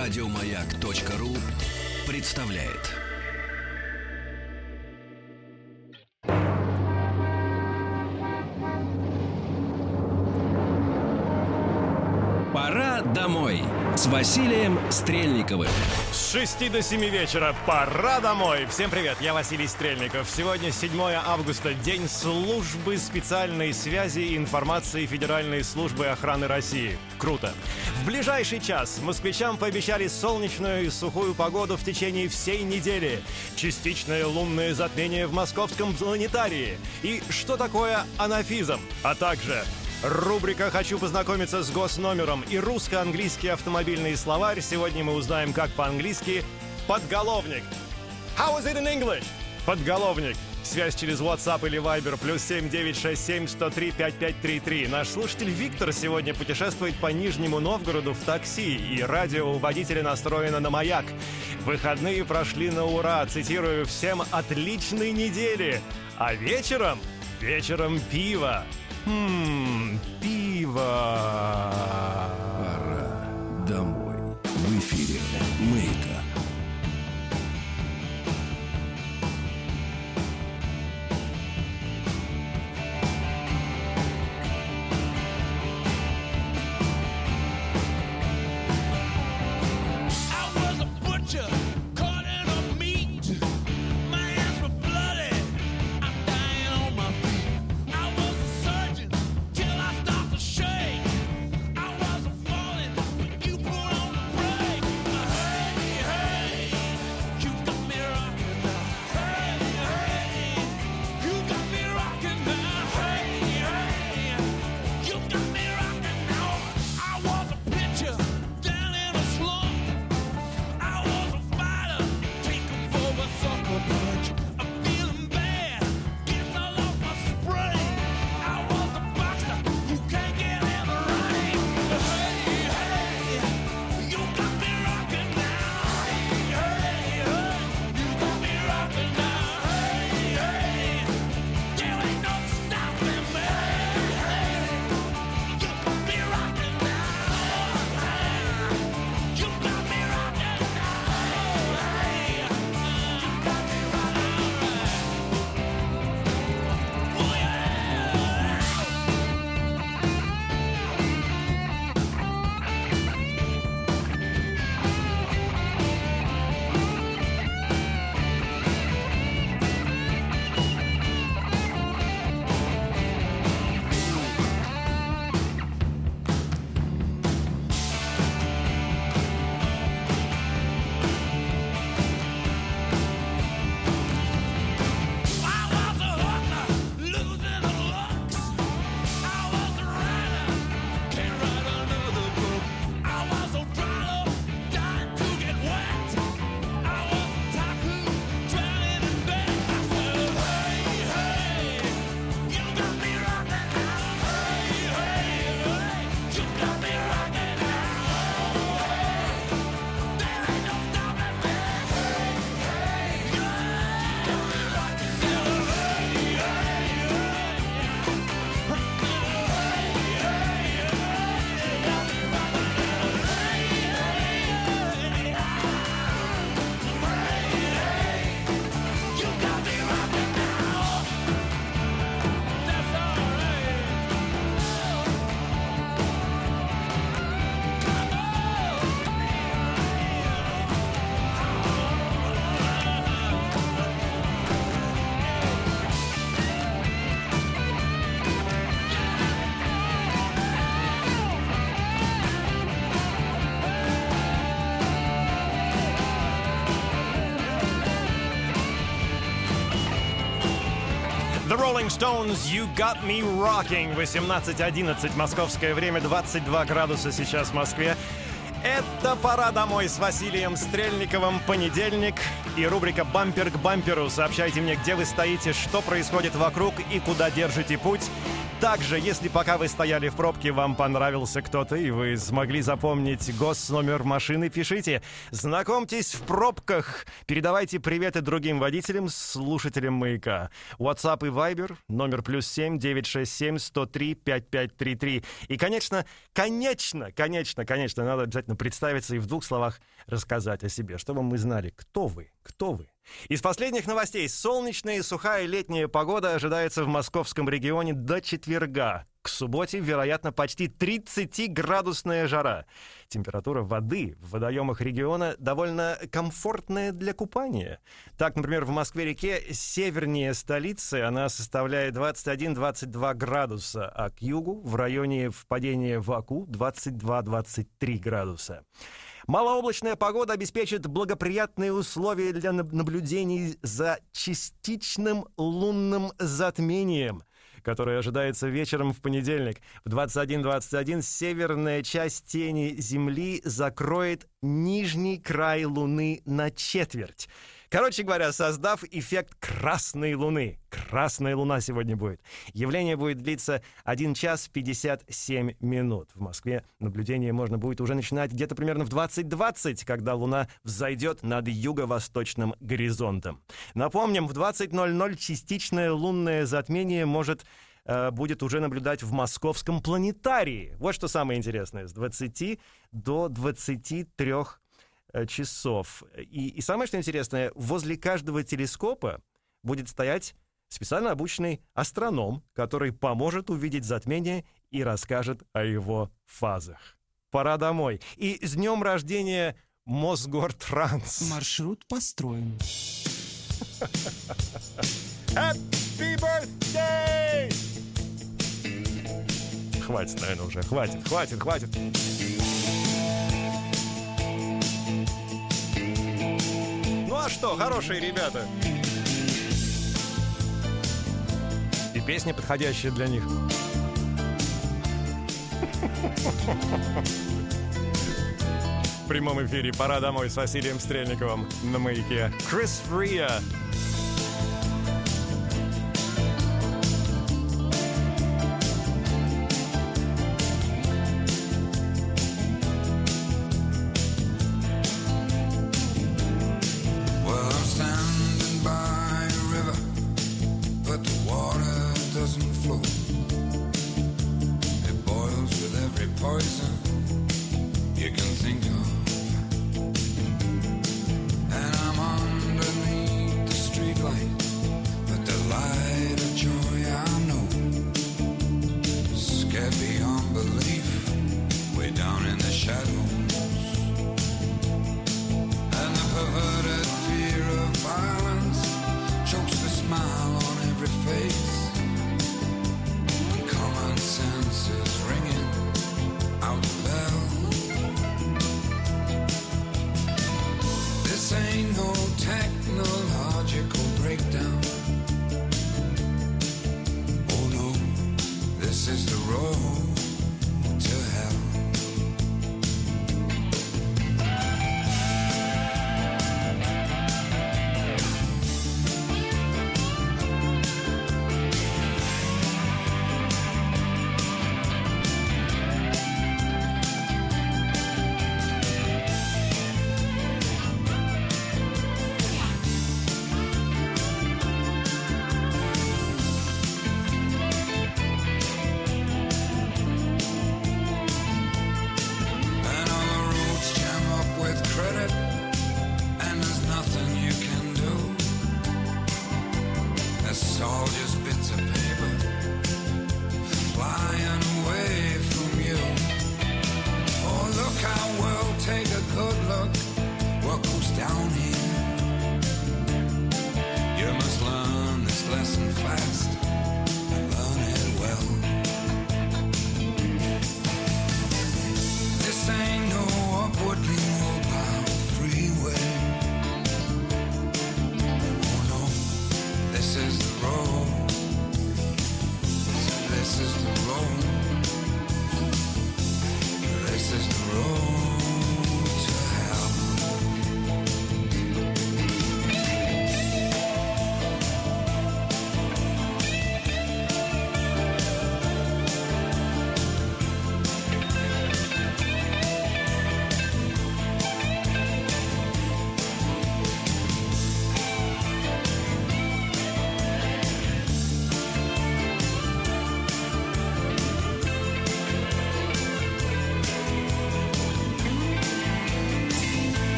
Радиомаяк.ру представляет. Пора домой с Василием Стрельниковым. С 6 до 7 вечера пора домой. Всем привет, я Василий Стрельников. Сегодня 7 августа, день службы специальной связи и информации Федеральной службы охраны России. Круто. В ближайший час москвичам пообещали солнечную и сухую погоду в течение всей недели. Частичное лунное затмение в московском планетарии. И что такое анафизм? А также... рубрика «Хочу познакомиться с госномером» и русско-английский автомобильный словарь. Сегодня мы узнаем, как по-английски подголовник. How is it in English? Подголовник. Связь через WhatsApp или Viber +7 967 103 5533. Наш слушатель Виктор сегодня путешествует по Нижнему Новгороду в такси, и радио у водителя настроено на маяк. Выходные прошли на ура. Цитирую: «Всем отличной недели!» А вечером пиво. Пиво. Пора домой. В эфире Маяка. The Rolling Stones, You Got Me Rocking. 18:11 московское время, 22 градуса сейчас в Москве. Это «Пора домой» с Василием Стрельниковым. Понедельник и рубрика «Бампер к бамперу». Сообщайте мне, где вы стоите, что происходит вокруг и куда держите путь. Также, если пока вы стояли в пробке, вам понравился кто-то, и вы смогли запомнить госномер машины, пишите. Знакомьтесь в пробках. Передавайте приветы другим водителям, слушателям «Маяка». WhatsApp и Viber, номер +7 967 103 5533. И, конечно, надо обязательно представиться и в 2 словах рассказать о себе, чтобы мы знали, кто вы. Из последних новостей. Солнечная и сухая летняя погода ожидается в московском регионе до четверга. К субботе, вероятно, почти 30-градусная жара. Температура воды в водоемах региона довольно комфортная для купания. Так, например, в Москве-реке севернее столицы она составляет 21-22 градуса, а к югу, в районе впадения в Аку, 22-23 градуса. Малооблачная погода обеспечит благоприятные условия для наблюдений за частичным лунным затмением, которое ожидается вечером в понедельник. В 21:21 северная часть тени Земли закроет нижний край Луны на четверть. Короче говоря, создав эффект красной Луны. Красная Луна сегодня будет. Явление будет длиться 1 час 57 минут. В Москве наблюдение можно будет уже начинать где-то примерно в 20:20, когда Луна взойдет над юго-восточным горизонтом. Напомним, в 20:00 частичное лунное затмение будет уже наблюдать в московском планетарии. Вот что самое интересное. С 20 до 23 часов. И самое, что интересное, возле каждого телескопа будет стоять специально обученный астроном, который поможет увидеть затмение и расскажет о его фазах. Пора домой. И с днем рождения Мосгортранс. Маршрут построен. Happy birthday! Хватит, наверное, уже. Хватит. Ну а что, хорошие ребята. И песня подходящая для них. В прямом эфире «Пора домой» с Василием Стрельниковым на «Маяке». Крис Риа.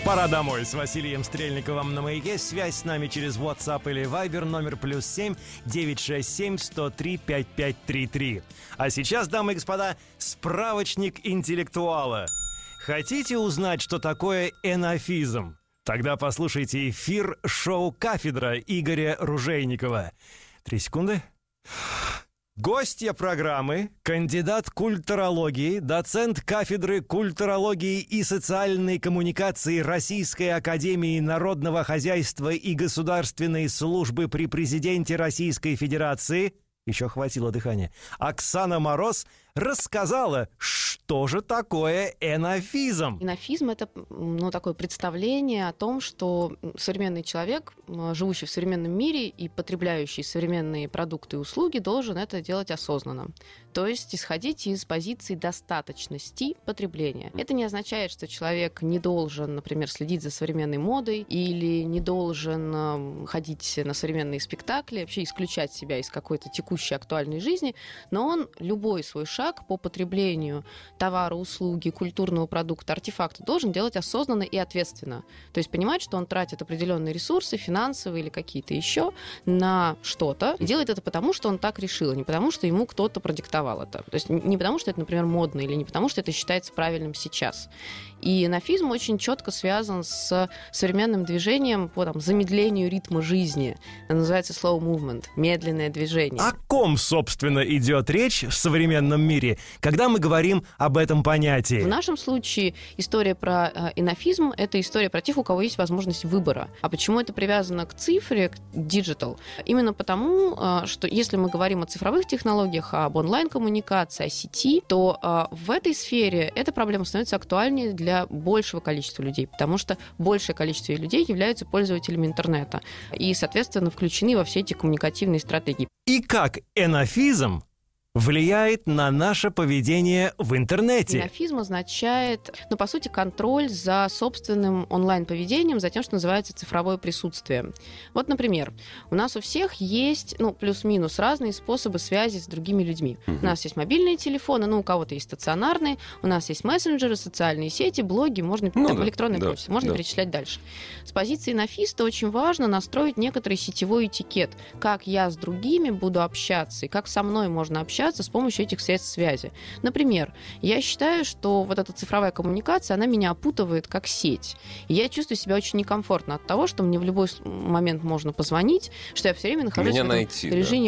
Пора домой с Василием Стрельниковым на Маяке. Связь с нами через WhatsApp или Viber, номер +7 967 103 5533. А сейчас, дамы и господа, справочник интеллектуала. Хотите узнать, что такое энофизм? Тогда послушайте эфир шоу «Кафедра» Игоря Ружейникова. 3 секунды. Гостья программы, кандидат культурологии, доцент кафедры культурологии и социальной коммуникации Российской академии народного хозяйства и государственной службы при президенте Российской Федерации, еще хватило дыхания, Оксана Мороз рассказала, что же такое энофизм. Энофизм — это такое представление о том, что современный человек, живущий в современном мире и потребляющий современные продукты и услуги, должен это делать осознанно. То есть исходить из позиции достаточности потребления. Это не означает, что человек не должен, например, следить за современной модой или не должен ходить на современные спектакли, вообще исключать себя из какой-то текущей актуальной жизни, но он любой свой шаг по потреблению товара, услуги, культурного продукта, артефакта должен делать осознанно и ответственно. То есть понимать, что он тратит определенные ресурсы, финансовые или какие-то еще, на что-то, и делает это потому, что он так решил, а не потому, что ему кто-то продиктовал это. То есть не потому, что это, например, модно, или не потому, что это считается правильным сейчас. И энофизм очень четко связан с современным движением по замедлению ритма жизни. Это называется slow movement, медленное движение. О ком, собственно, идет речь в современном мире, когда мы говорим об этом понятии? В нашем случае история про энофизм — это история про тех, у кого есть возможность выбора. А почему это привязано к цифре, к digital? Именно потому, что если мы говорим о цифровых технологиях, об онлайн-коммуникации, о сети, то в этой сфере эта проблема становится актуальнее для большего количества людей, потому что большее количество людей являются пользователями интернета и, соответственно, включены во все эти коммуникативные стратегии. И как энофизм влияет на наше поведение в интернете? Энофизм означает, по сути, контроль за собственным онлайн-поведением, за тем, что называется цифровое присутствие. Вот, например, у нас у всех есть, плюс-минус, разные способы связи с другими людьми. У нас есть мобильные телефоны, у кого-то есть стационарные, у нас есть мессенджеры, социальные сети, блоги, можно электронные почты, можно перечислять дальше. С позиции энофиста очень важно настроить некоторый сетевой этикет, как я с другими буду общаться и как со мной можно общаться с помощью этих средств связи. Например, я считаю, что вот эта цифровая коммуникация, она меня опутывает как сеть. И я чувствую себя очень некомфортно от того, что мне в любой момент можно позвонить, что я все время нахожусь в режиме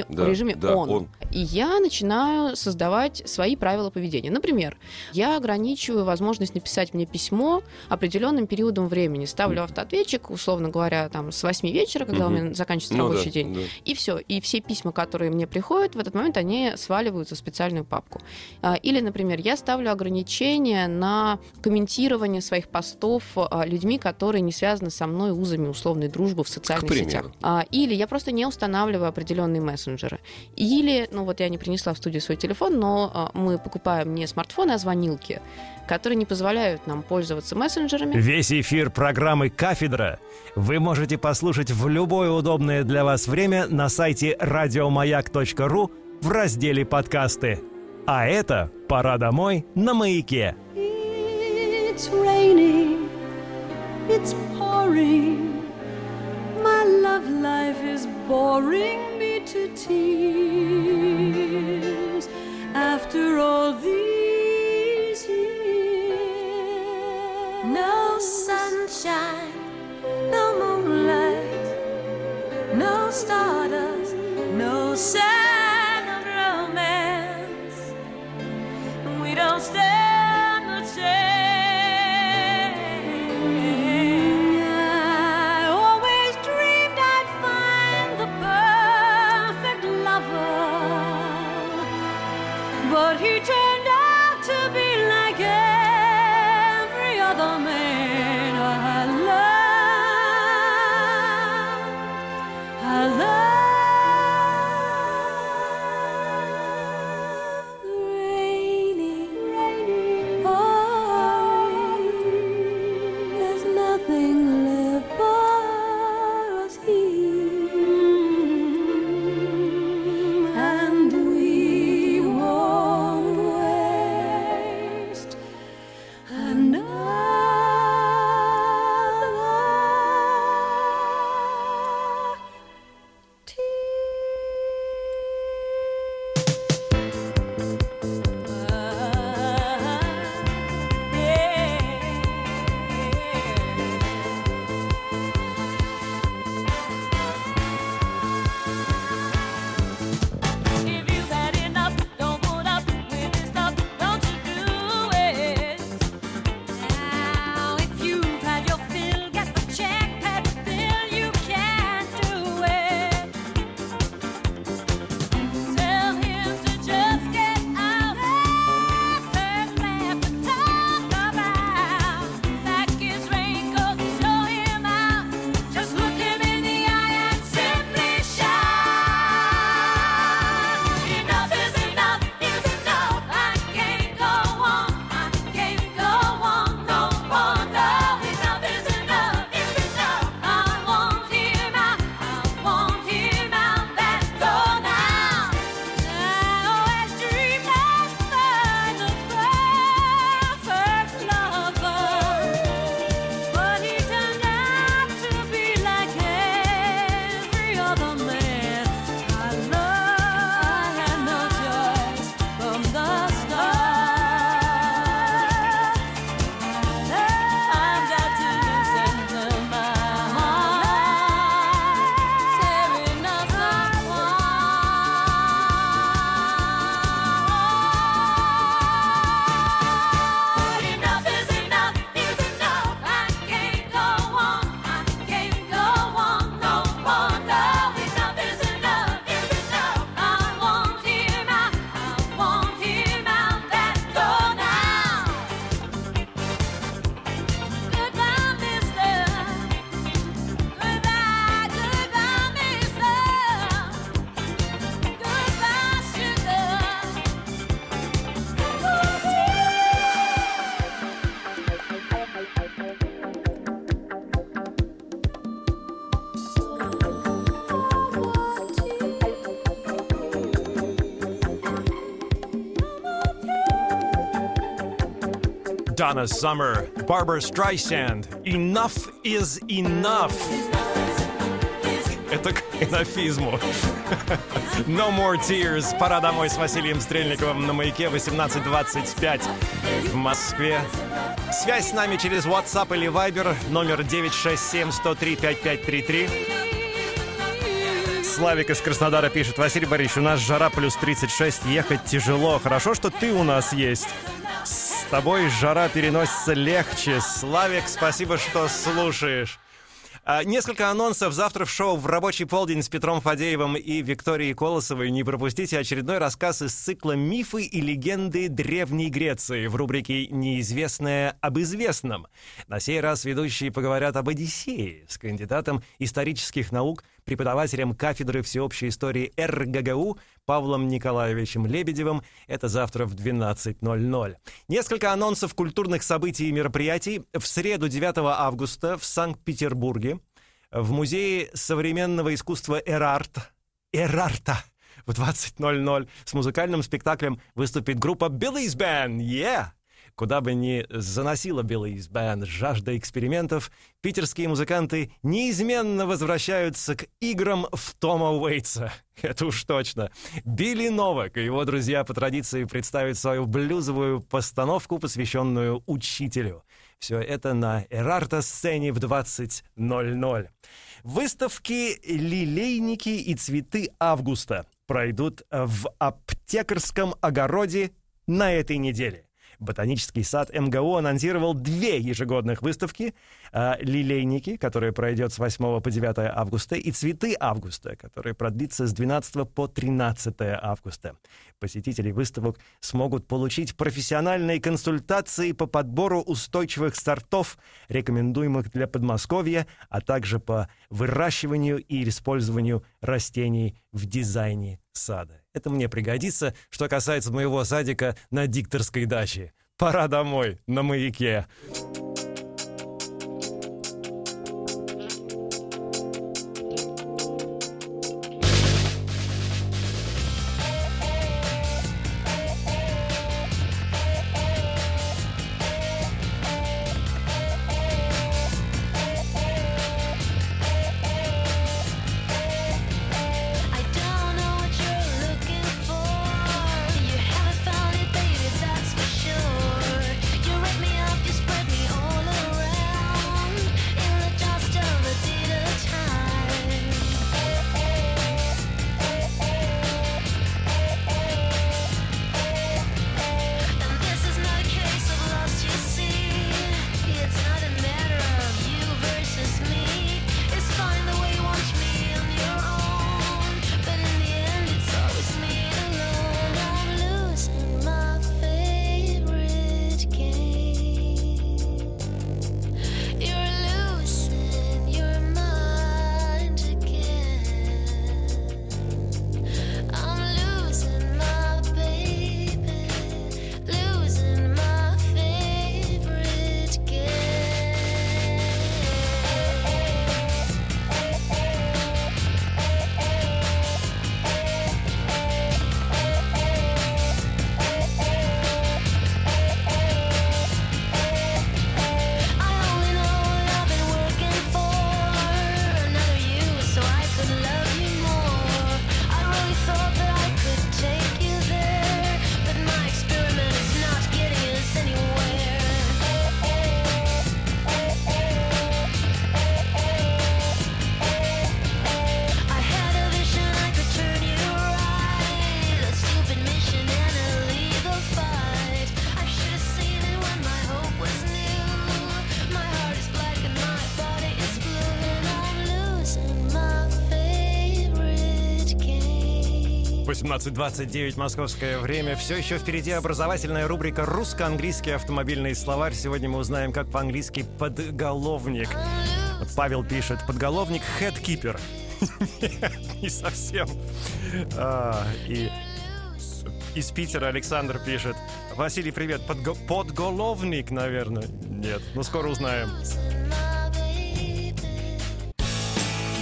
on. И я начинаю создавать свои правила поведения. Например, я ограничиваю возможность написать мне письмо определенным периодом времени. Ставлю автоответчик, условно говоря, с 8 вечера, когда у меня заканчивается рабочий день. И все. И все письма, которые мне приходят, в этот момент они сваливаются в специальную папку. Или, например, я ставлю ограничения на комментирование своих постов людьми, которые не связаны со мной узами условной дружбы в социальных сетях. Или я просто не устанавливаю определенные мессенджеры. Или, я не принесла в студию свой телефон, но мы покупаем не смартфоны, а звонилки, которые не позволяют нам пользоваться мессенджерами. Весь эфир программы «Кафедра» вы можете послушать в любое удобное для вас время на сайте радиомаяк.ру в разделе «Подкасты». А это «Пора домой» на Маяке. It's raining, it's pouring, my love life is boring me to tears. After all these years, no sunshine, no moonlight, no stardust, no sign of romance. We don't stand a chance. I always dreamed I'd find the perfect lover, but he turned out to be like every other man I love. Donna Summer, Barbara Streisand. Enough is enough. Это к энофизму. No more tears. Пора домой с Василием Стрельниковым на Маяке, 18:25 в Москве. Связь с нами через WhatsApp или Viber, номер 967-103-5533. Славик из Краснодара пишет: Василий Борисович, у нас жара плюс 36, ехать тяжело. Хорошо, что ты у нас есть. С тобой жара переносится легче. Славик, спасибо, что слушаешь. Несколько анонсов. Завтра в шоу «В рабочий полдень» с Петром Фадеевым и Викторией Колосовой. Не пропустите очередной рассказ из цикла «Мифы и легенды Древней Греции» в рубрике «Неизвестное об известном». На сей раз ведущие поговорят об Одиссее с кандидатом исторических наук, преподавателем кафедры всеобщей истории РГГУ Павлом Николаевичем Лебедевым. Это завтра в 12:00. Несколько анонсов культурных событий и мероприятий. В среду, 9 августа, в Санкт-Петербурге в Музее современного искусства Эрарта в 20:00 с музыкальным спектаклем выступит группа Billy's Band. Yeah! Куда бы ни заносила Billy's Band жажда экспериментов, питерские музыканты неизменно возвращаются к играм в Тома Уэйтса. Это уж точно. Билли Новак и его друзья по традиции представят свою блюзовую постановку, посвященную учителю. Все это на Эрарта-сцене в 20:00. Выставки «Лилейники и цветы августа» пройдут в Аптекарском огороде на этой неделе. Ботанический сад МГУ анонсировал 2 ежегодных выставки: «Лилейники», которая пройдет с 8 по 9 августа, и «Цветы августа», которая продлится с 12 по 13 августа. Посетители выставок смогут получить профессиональные консультации по подбору устойчивых сортов, рекомендуемых для Подмосковья, а также по выращиванию и использованию растений в дизайне сада. Это мне пригодится, что касается моего садика на Дикторской даче. Пора домой на Маяке. — 18:29 московское время. Все еще впереди образовательная рубрика «Русско-английский автомобильный словарь». Сегодня мы узнаем, как по-английски «подголовник». Вот Павел пишет: подголовник «headkeeper». Нет, не совсем. И из Питера Александр пишет: Василий, привет. Подголовник, наверное. Нет, но скоро узнаем.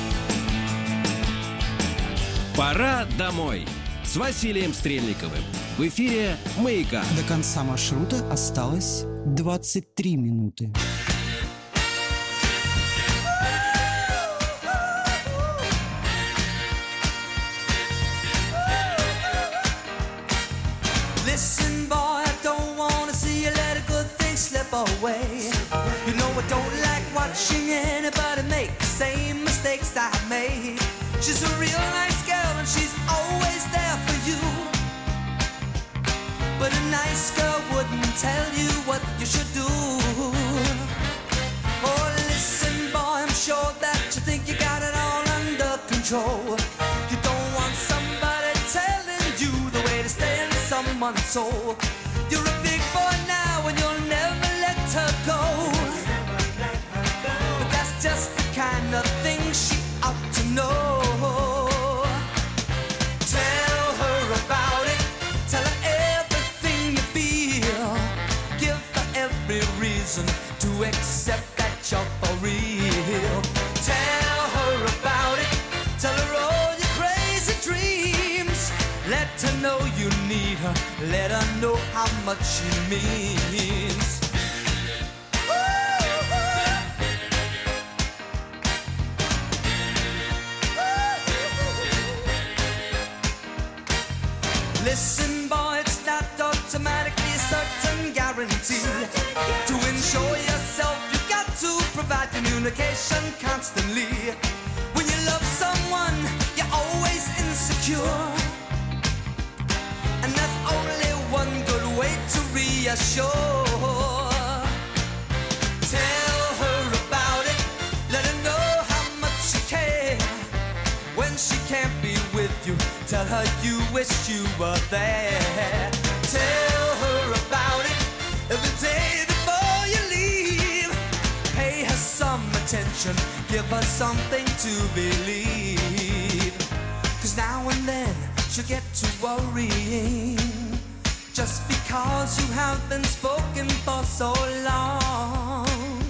Пора домой с Василием Стрельниковым. В эфире «Маяка». До конца маршрута осталось 23 минуты. Listen, boy, I don't wanna see you let a good thing slip away. You know I don't like watching anybody make the same mistakes I made. She's a real nice girl and she's always there for you. But a nice girl wouldn't tell you what you should do. Oh, listen, boy, I'm sure that you think you got it all under control. You don't want somebody telling you the way to stay in someone's soul. You're a big boy now and you'll never let her go. But that's just the kind of thing she ought to know. Tell her about it. Tell her everything you feel. Give her every reason to accept that you're for real. Tell her about it. Tell her all your crazy dreams. Let her know you need her. Let her know how much she means. Listen, boy, it's not automatically a certain guarantee. To ensure yourself, you got to provide communication constantly. When you love someone, you're always insecure. And that's only one good way to reassure. Tell her about it. Let her know how much you care. When she can't be with you, tell her you wish you were there. Tell her about it every day before you leave. Pay her some attention, give her something to believe. 'Cause now and then she'll get to worrying, just because you have been spoken for so long.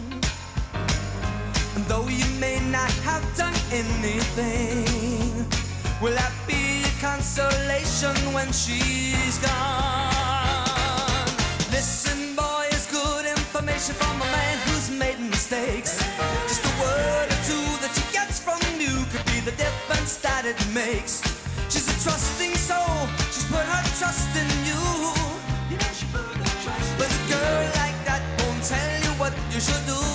And though you may not have done anything, will that be a consolation when she's gone? Listen, boy, it's good information from a man who's made mistakes. Just a word or two that she gets from you could be the difference that it makes. She's a trusting soul, she's put her trust in you. You know she put her trust in you. But a girl like that won't tell you what you should do.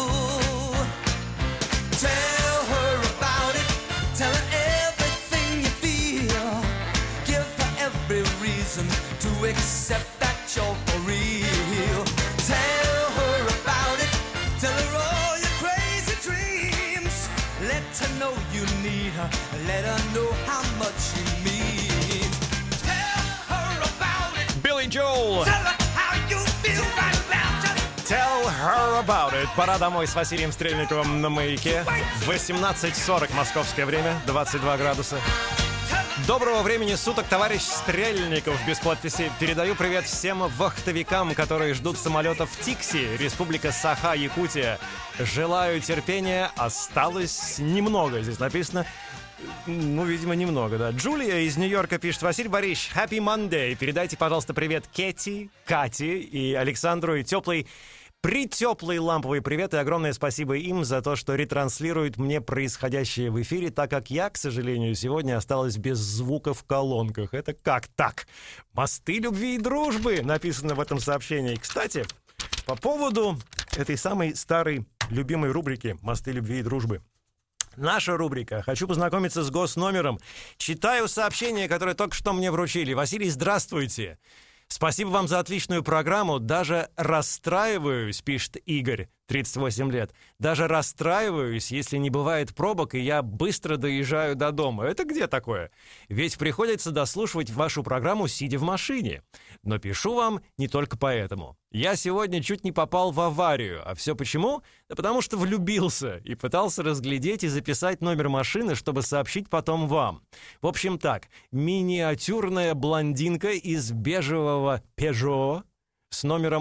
Tell her about it, tell her everything you feel. Give her every reason to accept that you're for real. Tell her about it, tell her all your crazy dreams. Let her know you need her, let her know how much you mean. Tell her about it. Билли Джоэл. Tell her how you feel right now. Just Tell her about it. Пора домой с Василием Стрельниковым на «Маяке». 18:40 московское время, 22 градуса. Доброго времени суток, товарищ Стрельников. Без подписи передаю привет всем вахтовикам, которые ждут самолета в Тикси, Республика Саха, Якутия. Желаю терпения, осталось немного. Здесь написано, ну, видимо, немного, да. Джулия из Нью-Йорка пишет: Василий Борисович, Happy Monday. Передайте, пожалуйста, привет Кэти, Кате и Александру, и притеплый ламповый привет, и огромное спасибо им за то, что ретранслируют мне происходящее в эфире, так как я, к сожалению, сегодня осталась без звука в колонках. Это как так? Мосты любви и дружбы написано в этом сообщении. Кстати, по поводу этой самой старой любимой рубрики «Мосты любви и дружбы». Наша рубрика. Хочу познакомиться с госномером. Читаю сообщение, которое только что мне вручили. Василий, здравствуйте. Спасибо вам за отличную программу. Даже расстраиваюсь, пишет Игорь, 38 лет. Даже расстраиваюсь, если не бывает пробок, и я быстро доезжаю до дома. Это где такое? Ведь приходится дослушивать вашу программу, сидя в машине. Но пишу вам не только поэтому. Я сегодня чуть не попал в аварию. А все почему? Да потому что влюбился и пытался разглядеть и записать номер машины, чтобы сообщить потом вам. В общем так, миниатюрная блондинка из бежевого Peugeot с номером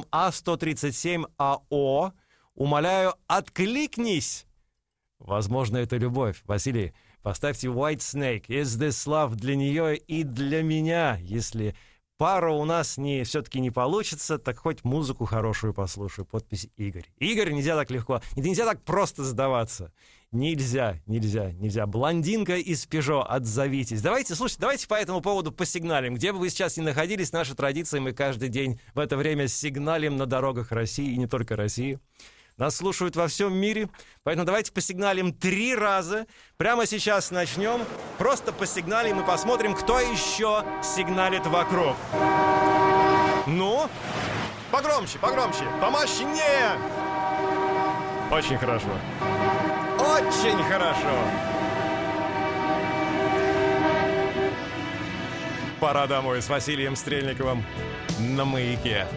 А137АО. Умоляю, откликнись! Возможно, это любовь. Василий, поставьте White Snake. Is this love для нее и для меня, если пару у нас все-таки не получится, так хоть музыку хорошую послушаю. Подпись Игорь. Игорь, нельзя так легко, нельзя так просто сдаваться. Нельзя. Блондинка из Пежо, отзовитесь. Давайте по этому поводу посигналим. Где бы вы сейчас ни находились, наша традиция, мы каждый день в это время сигналим на дорогах России, и не только России. Нас слушают во всем мире, поэтому давайте посигналим 3 раза. Прямо сейчас начнем. Просто посигналим и посмотрим, кто еще сигналит вокруг. Ну, погромче, помощнее. Очень хорошо. Очень хорошо. Пора домой с Василием Стрельниковым на Маяке.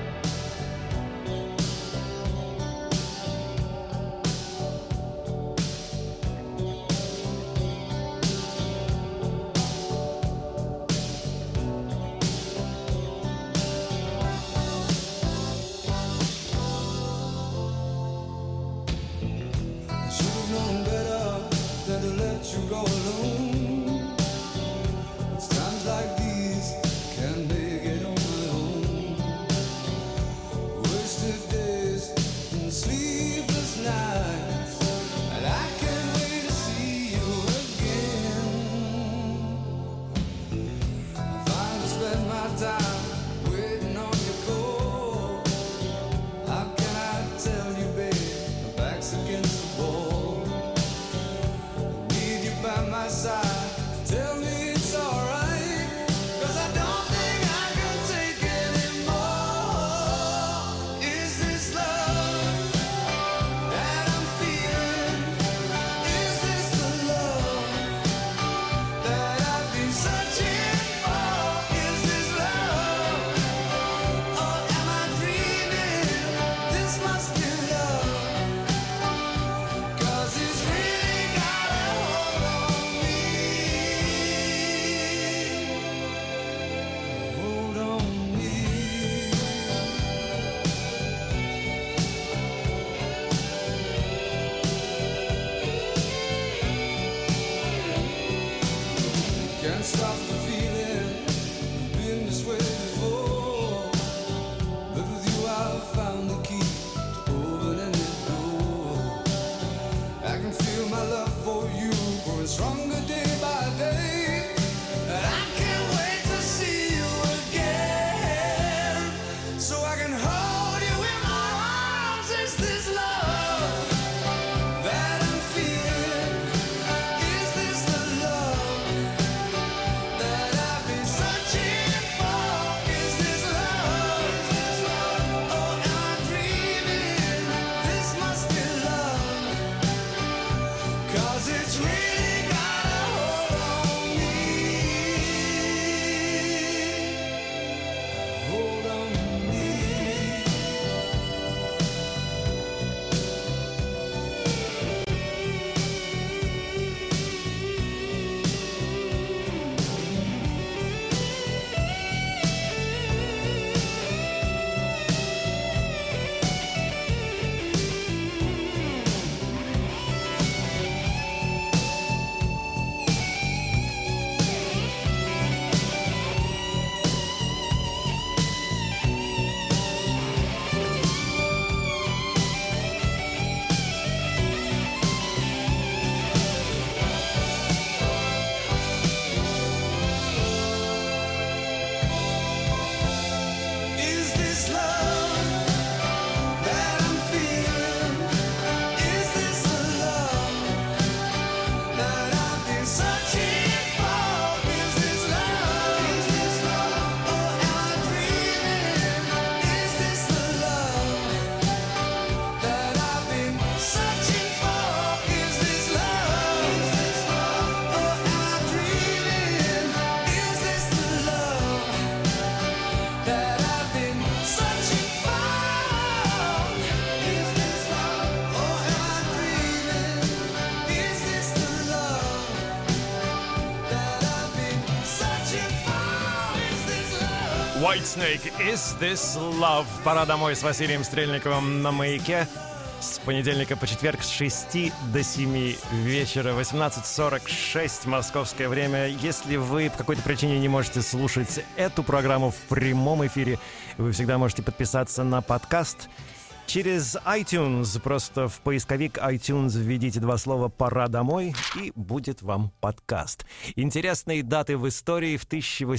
Whitesnake, Is This Love? Пора домой с Василием Стрельниковым на Маяке. С понедельника по четверг с 6 до 7 вечера, 18:46 московское время. Если вы по какой-то причине не можете слушать эту программу в прямом эфире, вы всегда можете подписаться на подкаст через iTunes. Просто в поисковик iTunes введите два слова «Пора домой» и будет вам подкаст. Интересные даты в истории. В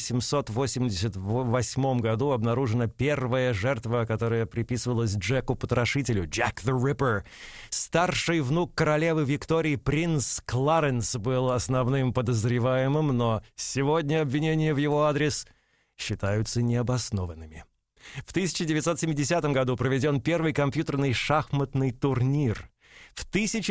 1888 году обнаружена первая жертва, которая приписывалась Джеку Потрошителю, Джек the Ripper. Старший внук королевы Виктории, принц Кларенс, был основным подозреваемым, но сегодня обвинения в его адрес считаются необоснованными. В 1970 году проведен первый компьютерный шахматный турнир. В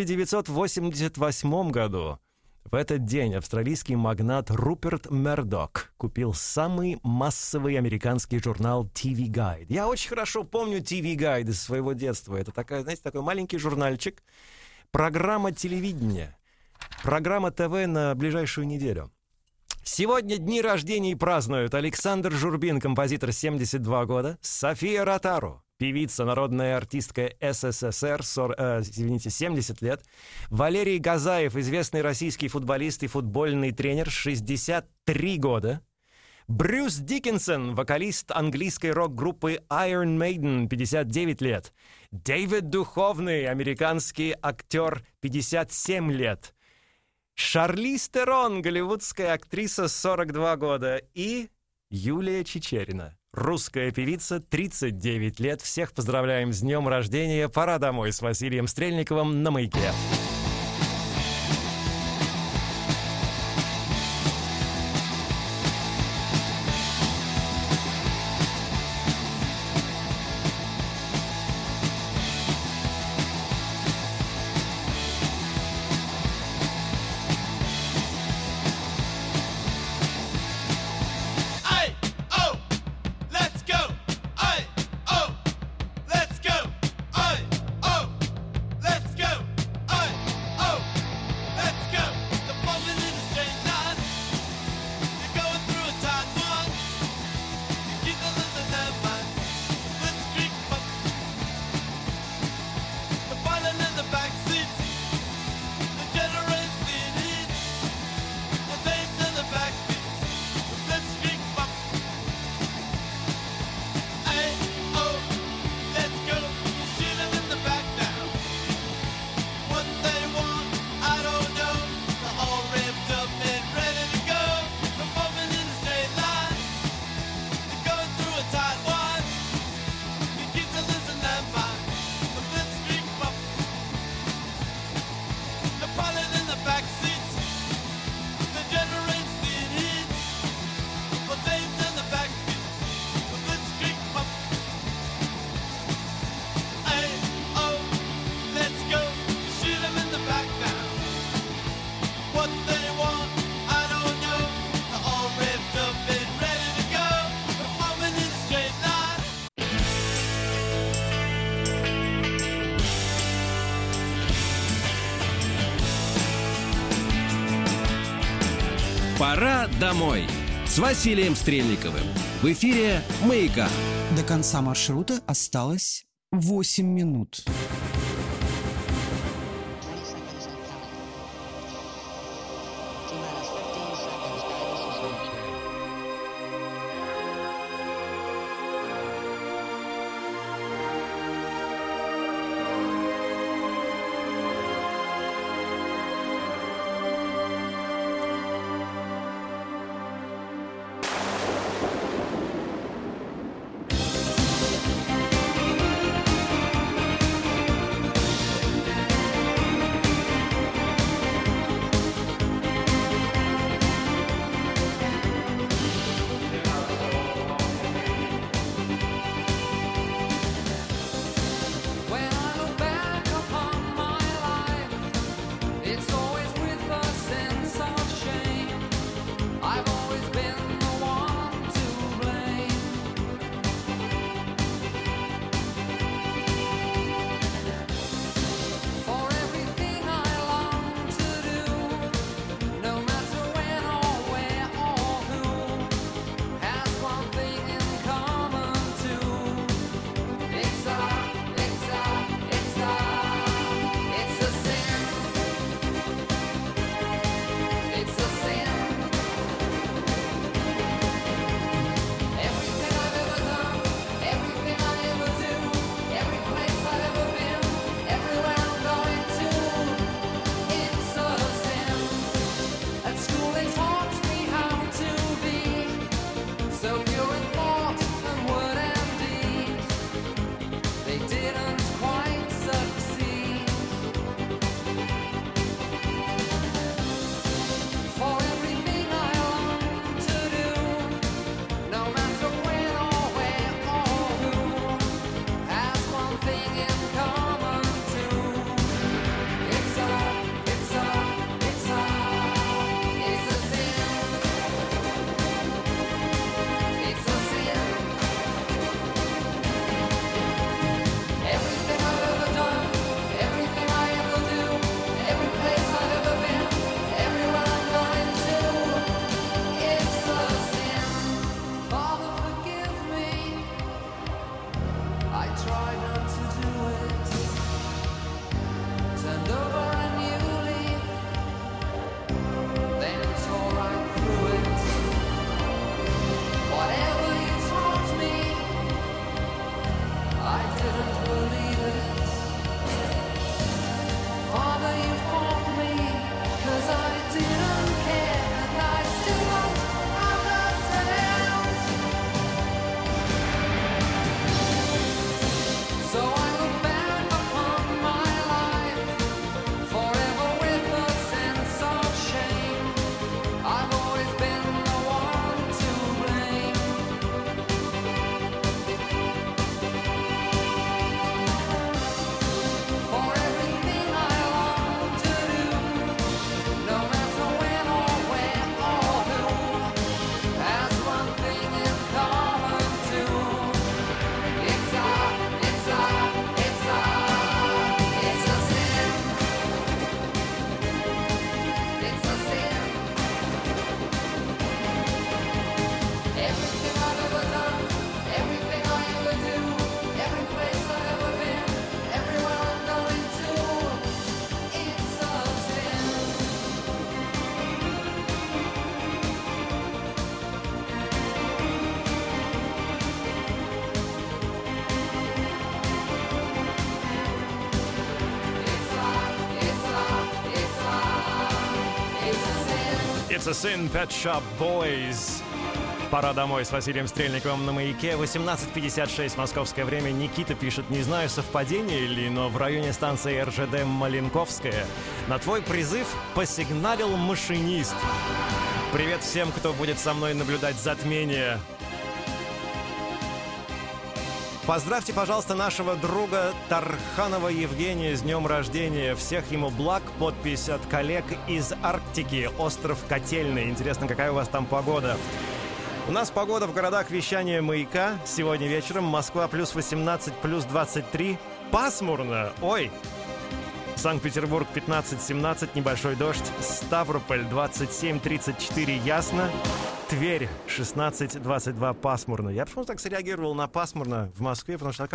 1988 году в этот день австралийский магнат Руперт Мердок купил самый массовый американский журнал TV Guide. Я очень хорошо помню TV Guide из своего детства. Это такой, знаете, такой маленький журнальчик. Программа телевидения. Программа ТВ на ближайшую неделю. Сегодня дни рождений празднуют Александр Журбин, композитор, 72 года, София Ротару, певица, народная артистка СССР, 70 лет, Валерий Газаев, известный российский футболист и футбольный тренер, 63 года, Брюс Диккенсон, вокалист английской рок-группы Iron Maiden, 59 лет, Дэвид Духовный, американский актер, 57 лет, Шарлиз Терон, голливудская актриса, 42 года, и Юлия Чичерина, русская певица, 39 лет. Всех поздравляем с днем рождения. Пора домой с Василием Стрельниковым на «Маяке». «Пора домой» с Василием Стрельниковым. В эфире «Маяка». До конца маршрута осталось 8 минут. It's a Sin, Pet Shop Boys. Пора домой с Василием Стрельниковым на «Маяке». 18:56 московское время. Никита пишет: не знаю, совпадение ли, но в районе станции РЖД Маленковская на твой призыв посигналил машинист. Привет всем, кто будет со мной наблюдать затмение. Поздравьте, пожалуйста, нашего друга Тарханова Евгения с днем рождения. Всех ему благ. Подпись от коллег из Арктики. Остров Котельный. Интересно, какая у вас там погода? У нас погода в городах вещания «Маяка». Сегодня вечером Москва плюс 18, плюс 23. Пасмурно. Ой. Санкт-Петербург 15-17, небольшой дождь. Ставрополь 27-34, ясно. Тверь 16-22, пасмурно. Я почему так среагировал на пасмурно в Москве, потому что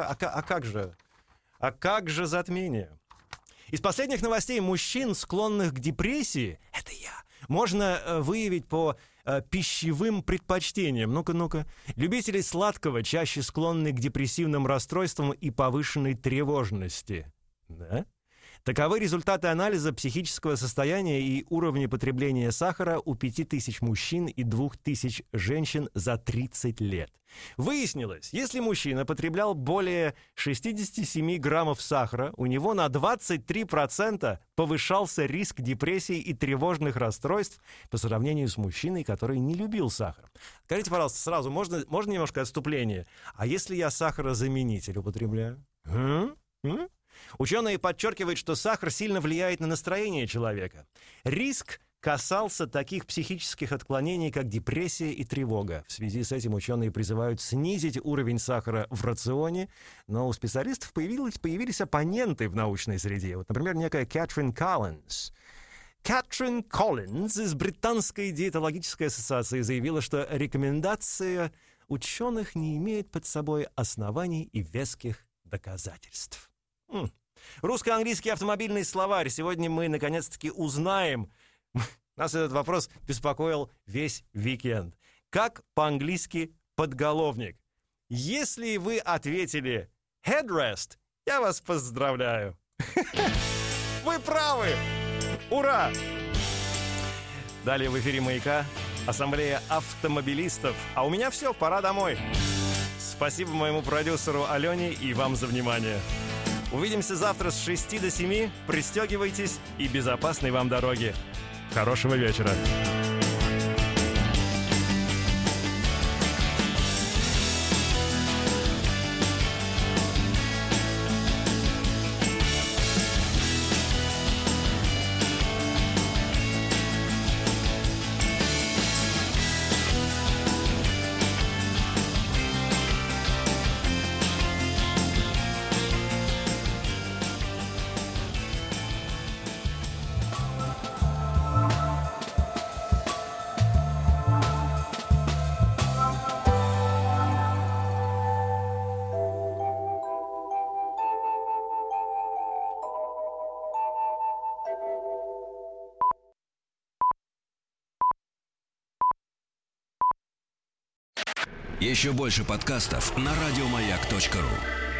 как же затмение? Из последних новостей: мужчин, склонных к депрессии, это я, можно выявить по пищевым предпочтениям. Ну-ка. Любители сладкого чаще склонны к депрессивным расстройствам и повышенной тревожности. Да? Таковы результаты анализа психического состояния и уровня потребления сахара у 5000 мужчин и 2000 женщин за 30 лет. Выяснилось, если мужчина потреблял более 67 граммов сахара, у него на 23% повышался риск депрессии и тревожных расстройств по сравнению с мужчиной, который не любил сахар. Скажите, пожалуйста, сразу, можно немножко отступление? А если я сахарозаменитель употребляю? Ученые подчеркивают, что сахар сильно влияет на настроение человека. Риск касался таких психических отклонений, как депрессия и тревога. В связи с этим ученые призывают снизить уровень сахара в рационе, но у специалистов появились оппоненты в научной среде. Вот, например, некая Кэтрин Коллинз. Кэтрин Коллинз из Британской диетологической ассоциации заявила, что рекомендация ученых не имеет под собой оснований и веских доказательств. Русско-английский автомобильный словарь. Сегодня мы наконец-таки узнаем. Нас этот вопрос беспокоил весь уикенд. Как по-английски подголовник? Если вы ответили headrest, я вас поздравляю. Вы правы! Ура! Далее в эфире «Маяка» ассамблея автомобилистов. А у меня все, пора домой. Спасибо моему продюсеру Алене и вам за внимание. Увидимся завтра с 6 до 7. Пристегивайтесь и безопасной вам дороги. Хорошего вечера. Еще больше подкастов на радиомаяк.ру.